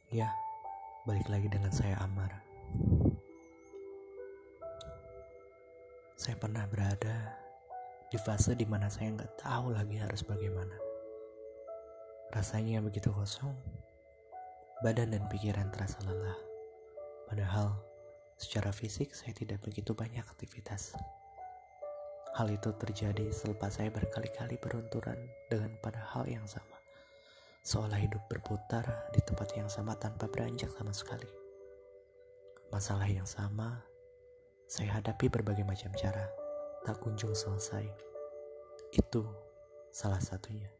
Ya, balik lagi dengan saya Amar. Saya pernah berada di fase dimana saya nggak tahu lagi harus bagaimana. Rasanya begitu kosong, badan dan pikiran terasa lelah. Padahal secara fisik saya tidak begitu banyak aktivitas. Hal itu terjadi selepas saya berkali-kali berunturan dengan pada hal yang sama. Seolah hidup berputar di tempat yang sama tanpa beranjak sama sekali. Masalah yang sama saya hadapi berbagai macam cara, tak kunjung selesai. Itu salah satunya.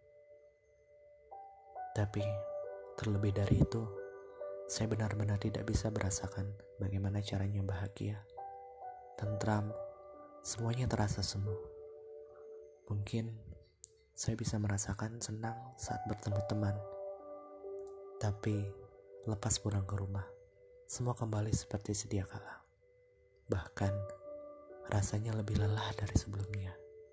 Tapi terlebih dari itu, saya benar-benar tidak bisa merasakan bagaimana caranya bahagia, tentram, semuanya terasa semu. Mungkin saya bisa merasakan senang saat bertemu teman, tapi lepas pulang ke rumah, semua kembali seperti sedia kala. Bahkan rasanya lebih lelah dari sebelumnya.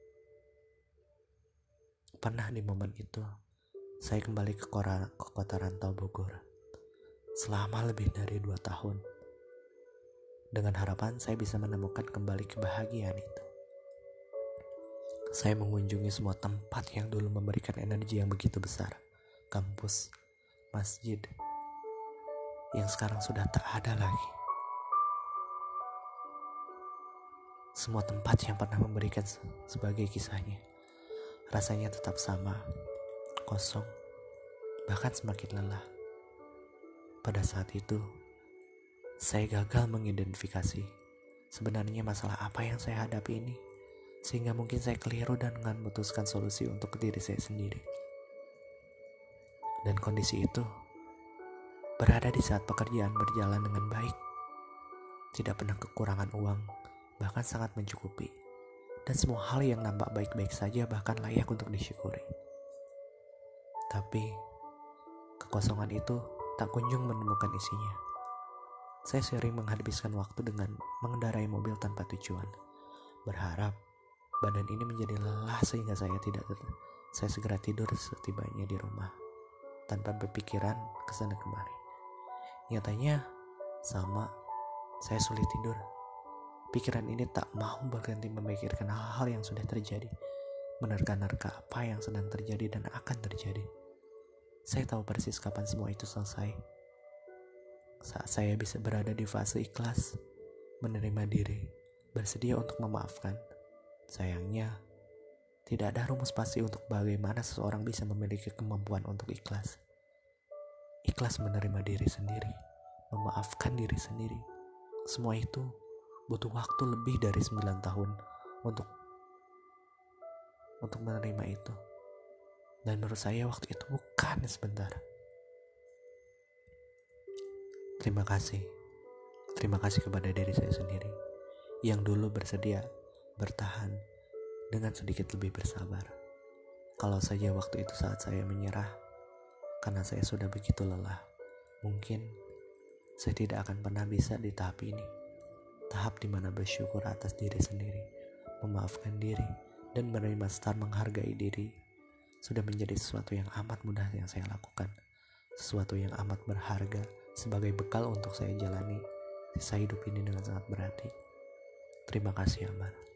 Pernah di momen itu, saya kembali ke kota rantau Bogor selama lebih dari 2 tahun. Dengan harapan saya bisa menemukan kembali kebahagiaan itu. Saya mengunjungi semua tempat yang dulu memberikan energi yang begitu besar. Kampus, masjid, yang sekarang sudah tak ada lagi. Semua tempat yang pernah memberikan sebagai kisahnya, rasanya tetap sama, kosong, bahkan semakin lelah. Pada saat itu, saya gagal mengidentifikasi sebenarnya masalah apa yang saya hadapi ini, sehingga mungkin saya keliru dan memutuskan solusi untuk diri saya sendiri. Dan kondisi itu berada di saat pekerjaan berjalan dengan baik, tidak pernah kekurangan uang, bahkan sangat mencukupi, dan semua hal yang nampak baik-baik saja bahkan layak untuk disyukuri. Tapi kekosongan itu tak kunjung menemukan isinya. Saya sering menghabiskan waktu dengan mengendarai mobil tanpa tujuan, berharap badan ini menjadi lelah sehingga saya segera tidur setibanya di rumah, tanpa berpikiran kesana kemari. Nyatanya sama, saya sulit tidur. Pikiran ini tak mau berhenti memikirkan hal-hal yang sudah terjadi, menerka-nerka apa yang sedang terjadi dan akan terjadi. Saya tahu persis kapan semua itu selesai. Saat saya bisa berada di fase ikhlas, menerima diri, bersedia untuk memaafkan. Sayangnya, tidak ada rumus pasti untuk bagaimana seseorang bisa memiliki kemampuan untuk ikhlas. Ikhlas menerima diri sendiri, memaafkan diri sendiri. Semua itu butuh waktu lebih dari 9 tahun untuk menerima itu. Dan menurut saya waktu itu bukan sebentar. Terima kasih kepada diri saya sendiri yang dulu bersedia bertahan dengan sedikit lebih bersabar. Kalau saja waktu itu saat saya menyerah karena saya sudah begitu lelah, mungkin saya tidak akan pernah bisa di tahap ini. Tahap dimana bersyukur atas diri sendiri, memaafkan diri, dan menerima start menghargai diri sudah menjadi sesuatu yang amat mudah yang saya lakukan. Sesuatu yang amat berharga sebagai bekal untuk saya jalani sisa hidup ini dengan sangat berarti. Terima kasih Amar.